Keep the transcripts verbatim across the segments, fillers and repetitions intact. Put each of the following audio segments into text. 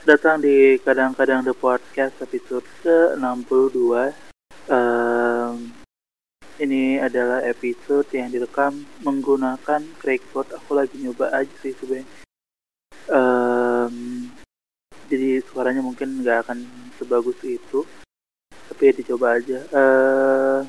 datang di Kadang-Kadang The Podcast episode ke enam puluh dua. Um, ini adalah episode yang direkam menggunakan Craigslist. Aku lagi nyoba aja sih sebenarnya. Um, jadi suaranya mungkin nggak akan sebagus itu, tapi ya dicoba aja. Uh,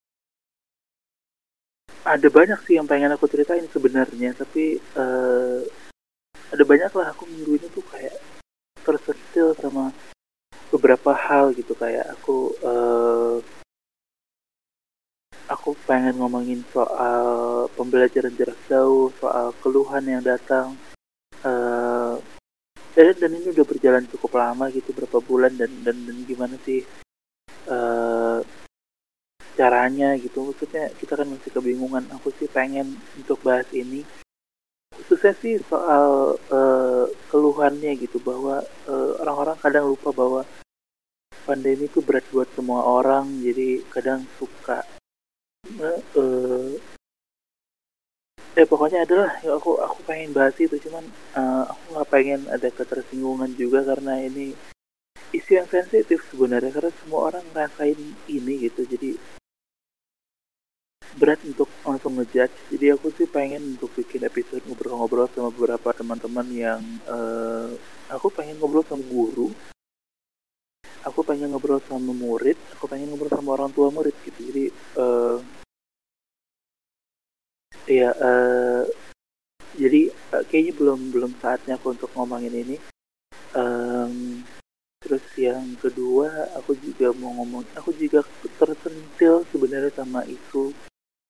ada banyak sih yang pengen aku ceritain sebenarnya, tapi uh, ada banyak lah. Aku minggu ini tuh kayak tersentil sama beberapa hal gitu, kayak aku uh, aku pengen ngomongin soal pembelajaran jarak jauh, soal keluhan yang datang, uh, dan, dan ini udah berjalan cukup lama gitu, berapa bulan, dan dan, dan gimana sih uh, caranya gitu. Maksudnya kita kan masih kebingungan. Aku sih pengen untuk bahas ini khususnya sih soal uh, keluhannya gitu, bahwa uh, orang-orang kadang lupa bahwa pandemi itu berat buat semua orang. Jadi kadang suka uh, uh, eh pokoknya adalah ya aku aku pengen bahas itu, cuman uh, aku nggak pengen ada ketersinggungan juga, karena ini isu yang sensitif sebenarnya, karena semua orang ngerasain ini gitu. Jadi berat untuk langsung ngejudge. Jadi aku sih pengen untuk bikin episode ngobrol-ngobrol sama beberapa teman-teman yang uh, aku pengen ngobrol sama guru, aku pengen ngobrol sama murid, aku pengen ngobrol sama orang tua murid gitu. Jadi uh, ya uh, jadi uh, kayaknya belum belum saatnya aku untuk ngomongin ini. Um, terus yang kedua, aku juga mau ngomong, aku juga tersentil sebenarnya sama isu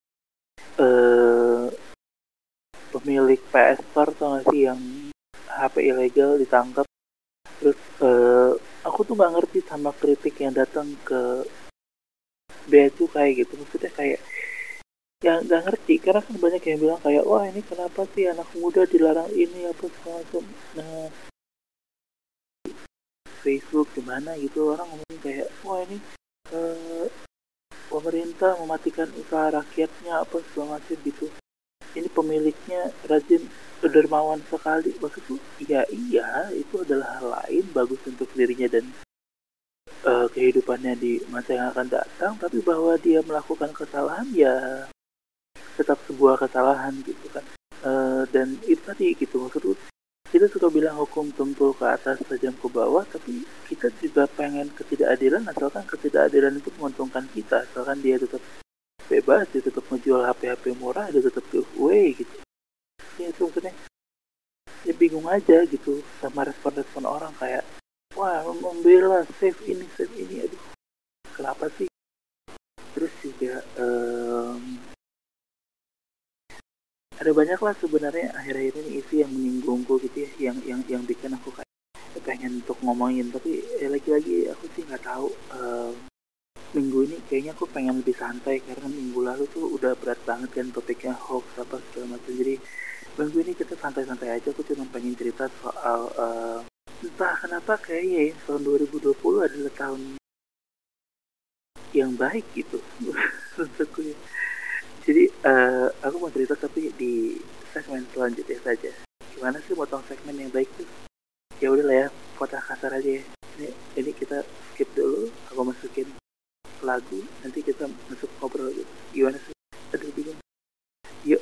Uh, pemilik P S Store, tau gak sih, yang H P ilegal ditangkap. Terus uh, aku tuh nggak ngerti sama kritik yang datang ke Bea Cukai gitu. Maksudnya kayak ya nggak ngerti, karena kan banyak yang bilang kayak, wah ini kenapa sih anak muda dilarang ini apa segala macam. Nah, Facebook gimana gitu, orang ngomongin kayak, wah ini uh, pemerintah mematikan usaha rakyatnya apa segala macam gitu. Ini pemiliknya rajin, dermawan sekali. Maksudku ya iya, itu adalah hal lain, bagus untuk dirinya dan uh, kehidupannya di masa yang akan datang. Tapi bahwa dia melakukan kesalahan ya tetap sebuah kesalahan gitu kan. Uh, dan itu tadi gitu, maksudku kita suka bilang hukum tumpul ke atas tajam ke bawah, tapi kita juga pengen ketidakadilan, asalkan ketidakadilan itu menguntungkan kita, asalkan dia tetap bebas, dia tetap menjual H P H P murah, dia tetap giveaway gitu. Ya itu maksudnya ya bingung aja gitu sama respon-respon orang kayak, wah membela save ini save ini, aduh kenapa sih. Terus juga um, ada banyak lah sebenarnya akhir-akhir ini isu yang menyinggungku gitu ya, yang yang yang bikin aku kayak pengen untuk ngomongin, tapi ya lagi-lagi aku sih nggak tahu. Um, minggu ini kayaknya aku pengen lebih santai, karena minggu lalu tuh udah berat banget kan topiknya, hoax apa segala macam. Jadi minggu ini kita santai-santai aja. Aku cuma pengen cerita soal uh, entah kenapa kayaknya ya, tahun dua ribu dua puluh adalah tahun yang baik gitu untukku ya. Jadi uh, aku mau cerita tapi di segmen selanjutnya saja. Gimana sih motong segmen yang baik tuh? Ya udah lah ya, potong kasar aja ya. Ini, ini kita skip dulu, aku masukin lagu, nanti kita masuk ngobrol gitu. Gimana sih? Aduh bingung. Yuk.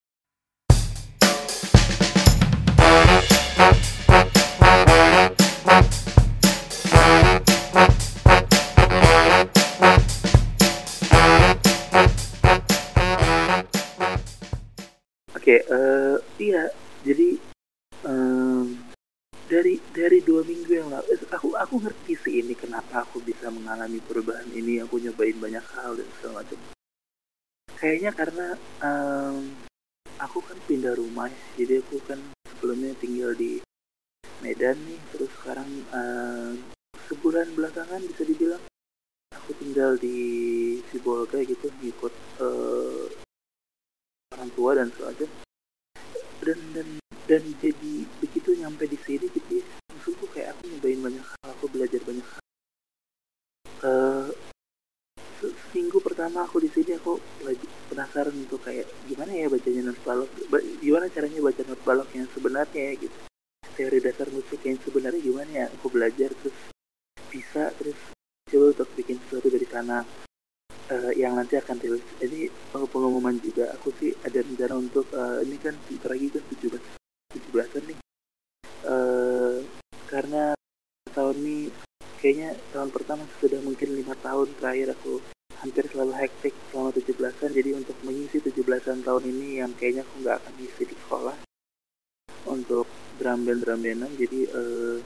Oke, okay, uh, iya. Jadi um, dari dari dua minggu yang lalu, aku aku ngerti sih ini kenapa aku bisa mengalami perubahan ini. Aku nyobain banyak hal dan segala macam. Kayaknya karena um, aku kan pindah rumah ya. Jadi aku kan sebelumnya tinggal di Medan nih, terus sekarang um, sebulan belakangan bisa dibilang aku tinggal di Sibolga gitu, ngikut uh, orang tua dan sebagainya. Dan dan dan jadi begitu nyampe di sini gitu ya, maksudku kayak aku nyobain banyak hal, aku belajar banyak hal. Uh, seminggu pertama aku di sini aku lagi penasaran untuk kayak gimana ya bacanya not balok, gimana caranya baca not balok yang sebenarnya ya gitu. teori dasar musik yang sebenarnya gimana ya, aku belajar terus bisa terus coba untuk bikin sesuatu dari sana uh, yang nanti akan rilis. Jadi uh, pengumuman juga aku sih ada rencana untuk uh, ini kan bentar lagi kan tujuh belas tujuh belasan nih uh, karena tahun ini kayaknya tahun pertama sudah mungkin lima tahun terakhir aku hampir selalu hektik selama tujuh belasan. Jadi untuk mengisi tujuh belasan tahun ini yang kayaknya aku nggak akan ngisi di sekolah untuk drum band drum bandan. Jadi uh,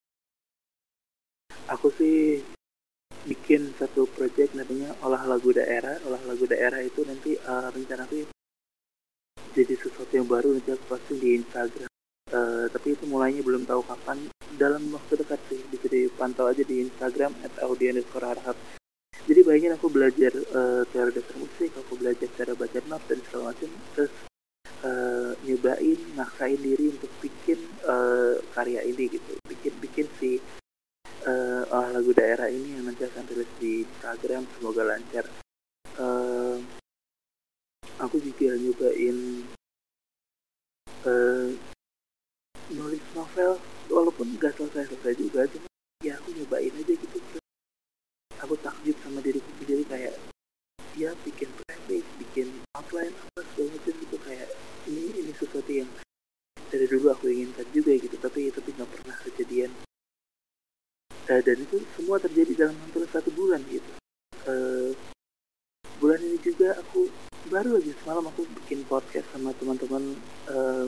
aku sih bikin satu project namanya Olah Lagu Daerah. Olah Lagu Daerah itu nanti uh, rencana aku jadi sesuatu yang baru, nanti aku posting di Instagram. Uh, tapi itu mulainya belum tahu kapan, dalam waktu dekat sih. Bisa dipantau aja di Instagram at audio underscore harhab. Jadi bayangin aku belajar uh, teori dasar musik, aku belajar cara baca not dan segala macam, terus uh, nyobain, maksain diri untuk bikin uh, karya ini gitu, bikin bikin si uh, Olah Lagu Daerah ini yang nanti akan rilis di Instagram. Semoga lancar. Uh, aku juga nyobain uh, nulis novel, walaupun nggak selesai-selesai juga, cuma ya aku nyobain aja gitu. Aku takjub sama diriku sendiri kayak ya bikin preface, bikin outline apa segala macam gitu, kayak ini ini sesuatu yang dari dulu aku inginkan juga gitu, tapi tapi nggak pernah kejadian. Uh, dan itu semua terjadi dalam hampir satu bulan gitu. Uh, bulan ini juga aku baru aja semalam aku bikin podcast sama teman-teman uh,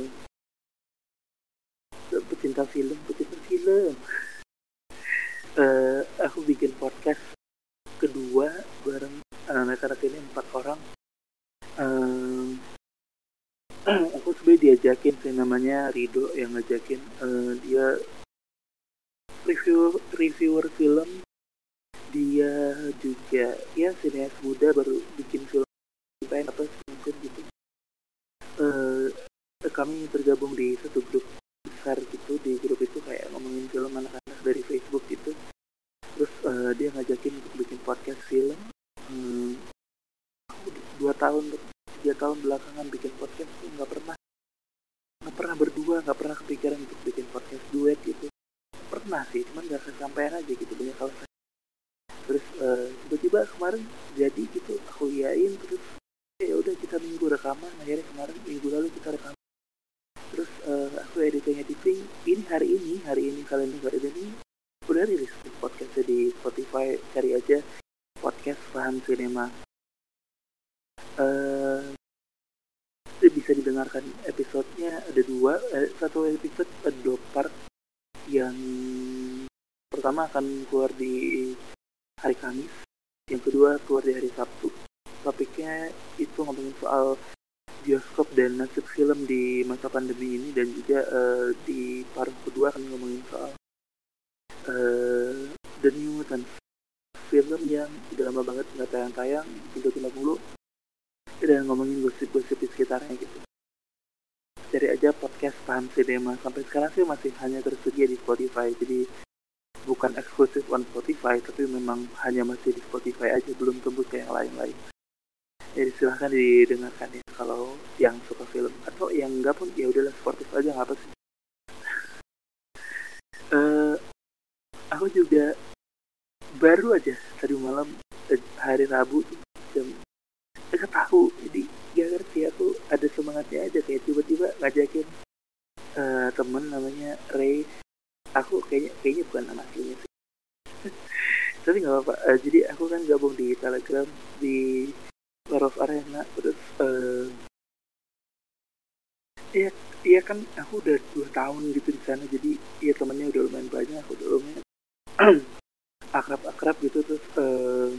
pecinta film, pecinta film. uh, aku bikin podcast kedua bareng anak-anak ini empat orang. Um, aku sebenarnya diajakin sih, namanya Rido yang ngajakin. Uh, dia review reviewer film, dia juga ya sineas muda baru bikin film apa mungkin gitu. Uh, kami tergabung di satu grup besar gitu, di grup itu kayak ngomongin film anak-anak dari Facebook gitu. Terus uh, dia ngajakin untuk bikin podcast film. Hmm, aku dua tahun, tiga tahun belakangan bikin podcast tuh nggak pernah, nggak pernah berdua, nggak pernah kepikiran untuk bikin podcast duet gitu. Pernah sih, cuman nggak kesampaian aja gitu, banyak alasan. Terus uh, tiba-tiba kemarin jadi gitu, aku iyain, terus ya udah kita minggu rekaman. Akhirnya kemarin minggu lalu kita rekaman. Terus uh, aku editing editing. Ini hari ini, hari ini kalian dengar ini udah rilis podcastnya di Spotify, cari aja podcast Faham Cinema. Uh, bisa didengarkan episodenya ada dua, eh, satu episode ada dua part. Yang pertama akan keluar di hari Kamis, yang kedua keluar di hari Sabtu. Topiknya itu ngomongin soal bioskop dan nasib film di masa pandemi ini, dan juga uh, di paruh kedua akan ngomongin soal Uh, The New Mutants, film yang udah lama banget nggak tayang-tayang, udah lima puluh, dan ngomongin gosip-gosip di sekitarnya gitu. Cari aja podcast Paham Cinema. Sampai sekarang sih masih hanya tersedia di Spotify, jadi bukan eksklusif on Spotify, tapi memang hanya masih di Spotify aja, belum tembus ke yang lain-lain. Jadi silahkan didengarkan ya kalau yang suka film, atau yang enggak pun ya udahlah, sportif aja, nggak apa sih. Uh, Aku juga baru aja tadi malam hari Rabu jam nggak tahu, jadi gak ngerti, aku ada semangatnya aja kayak tiba-tiba ngajakin uh, temen namanya Ray. Aku kayaknya kayaknya bukan nama aslinya sih, tapi nggak apa-apa. Uh, jadi aku kan gabung di Telegram di War of Arena. Terus uh, ya iya kan aku udah dua tahun gitu di sana, jadi ya temennya udah lumayan banyak, aku udah lumayan akrab-akrab gitu. Terus uh,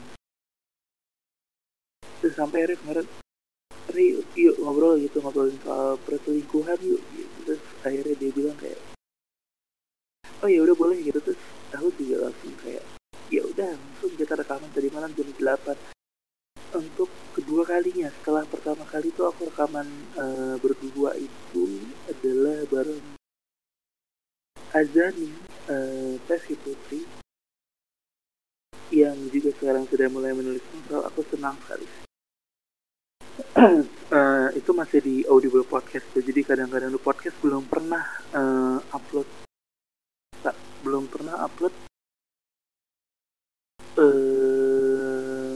terus sampai akhirnya kemarin Ri, yuk ngobrol gitu, ngobrolin soal perselingkuhan yuk gitu. Terus akhirnya dia bilang kayak oh ya udah boleh gitu. Terus aku juga langsung kayak ya udah, langsung kita rekaman tadi malam jam delapan untuk kedua kalinya. Setelah pertama kali tuh aku rekaman uh, berdua itu adalah bareng Azani, uh, Tesi Putri, yang juga sekarang sudah mulai menulis novel. Aku senang sekali. uh, itu masih di Audible Podcast tuh. Jadi kadang-kadang lu podcast belum pernah uh, upload tak, belum pernah upload uh,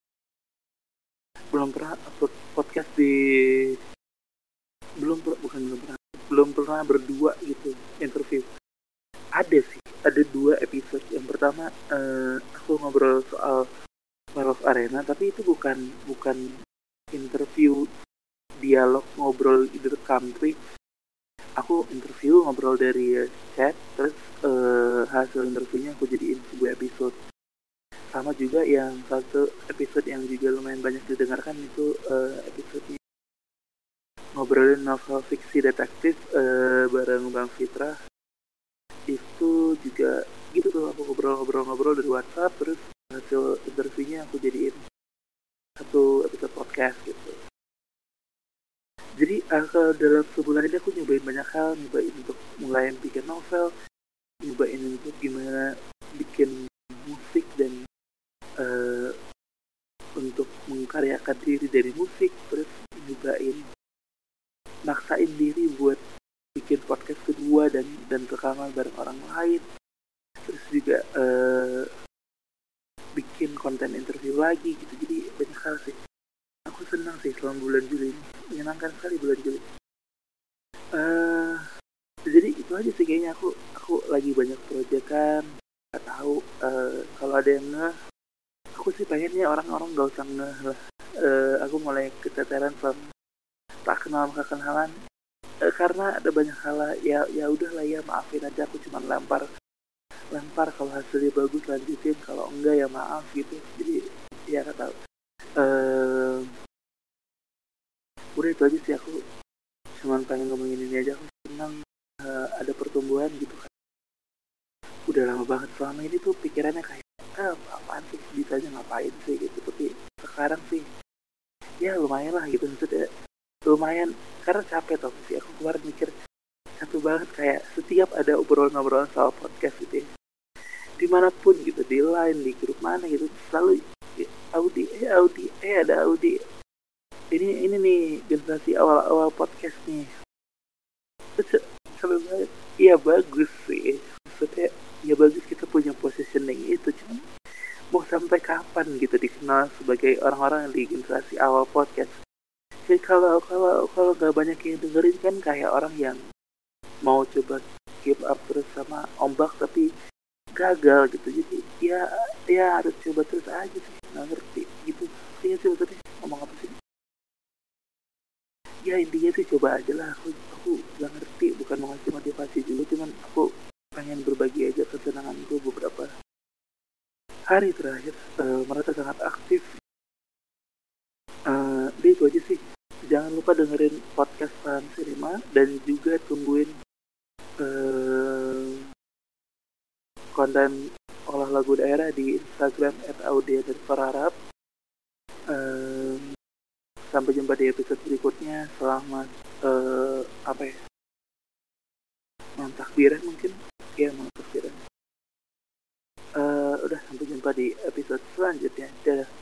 belum pernah upload podcast di belum bukan belum pernah belum pernah berdua gitu interview. Ada sih, ada dua episode. Yang pertama uh, aku ngobrol soal War of Arena, tapi itu bukan bukan interview dialog ngobrol direkam, tapi aku interview ngobrol dari chat, terus uh, hasil interviewnya aku jadiin sebuah episode. Sama juga yang satu episode yang juga lumayan banyak didengarkan itu uh, episode ngobrolin novel fiksi detektif uh, bareng Bang Fitra. Itu juga gitu tuh, aku ngobrol-ngobrol-ngobrol dari WhatsApp, terus hasil interviewnya aku jadiin satu episode podcast gitu. Jadi uh, dalam sebulan ini aku nyobain banyak hal, nyobain untuk mulai bikin novel, nyobain untuk gimana bikin musik dan uh, untuk mengkaryakan diri dari musik, terus nyobain maksain diri buat bikin podcast kedua dan dan rekaman bareng orang lain, terus juga uh, bikin konten interview lagi gitu. Jadi banyak hal sih. Aku senang sih selama bulan Juli ini, menyenangkan sekali bulan Juli. Uh, jadi itu aja sih kayaknya. Aku aku lagi banyak proyekan, nggak tahu uh, kalau ada yang ngeh. Aku sih pengennya orang-orang gak usah ngeh lah. Uh, aku mulai keteteran sama tak kenal maka kenalan. Uh, karena ada banyak hal ya ya udahlah ya, maafin aja, aku cuma lempar lempar kalau hasilnya bagus lanjutin, kalau enggak ya maaf gitu. Jadi ya nggak tahu. Uh, udah itu aja sih. Aku cuman pengen ngomongin ini aja. Aku senang uh, ada pertumbuhan gitu kan. Udah lama banget selama ini tuh pikirannya kayak ah, apaan sih, bisanya ngapain sih gitu. Tapi sekarang sih ya lumayan lah gitu, maksudnya lumayan karena capek tau sih. Aku kemarin mikir capek banget, kayak setiap ada obrolan-obrolan soal podcast gitu ya, dimanapun gitu, di line, di grup mana gitu, selalu Audi eh Audi eh ada Audi ini ini nih generasi awal-awal podcast nih. Terus sampai banget, iya bagus sih, maksudnya ya bagus kita punya positioning itu, cuma mau sampai kapan gitu dikenal sebagai orang-orang yang di generasi awal podcast. Jadi kalau kalau kalau nggak banyak yang dengerin kan kayak orang yang mau coba keep up terus sama ombak tapi gagal gitu. Jadi ya ya harus coba terus aja sih, nggak ngerti gitu. Iya sih maksudnya ngomong apa sih? Ya intinya sih coba aja lah. Aku aku nggak ngerti, bukan mau ngasih motivasi juga, cuman aku pengen berbagi aja kesenanganku beberapa hari terakhir. Uh, merasa sangat aktif. Uh, dia itu aja sih. Jangan lupa dengerin podcast Paham Cinema dan juga tungguin uh, konten olah lagu daerah di Instagram et audia dan Farharap. Uh, sampai jumpa di episode berikutnya. Selamat uh, apa ya? Malam takbiran mungkin. Ya, malam takbiran. Uh, udah, sampai jumpa di episode selanjutnya. Dadah.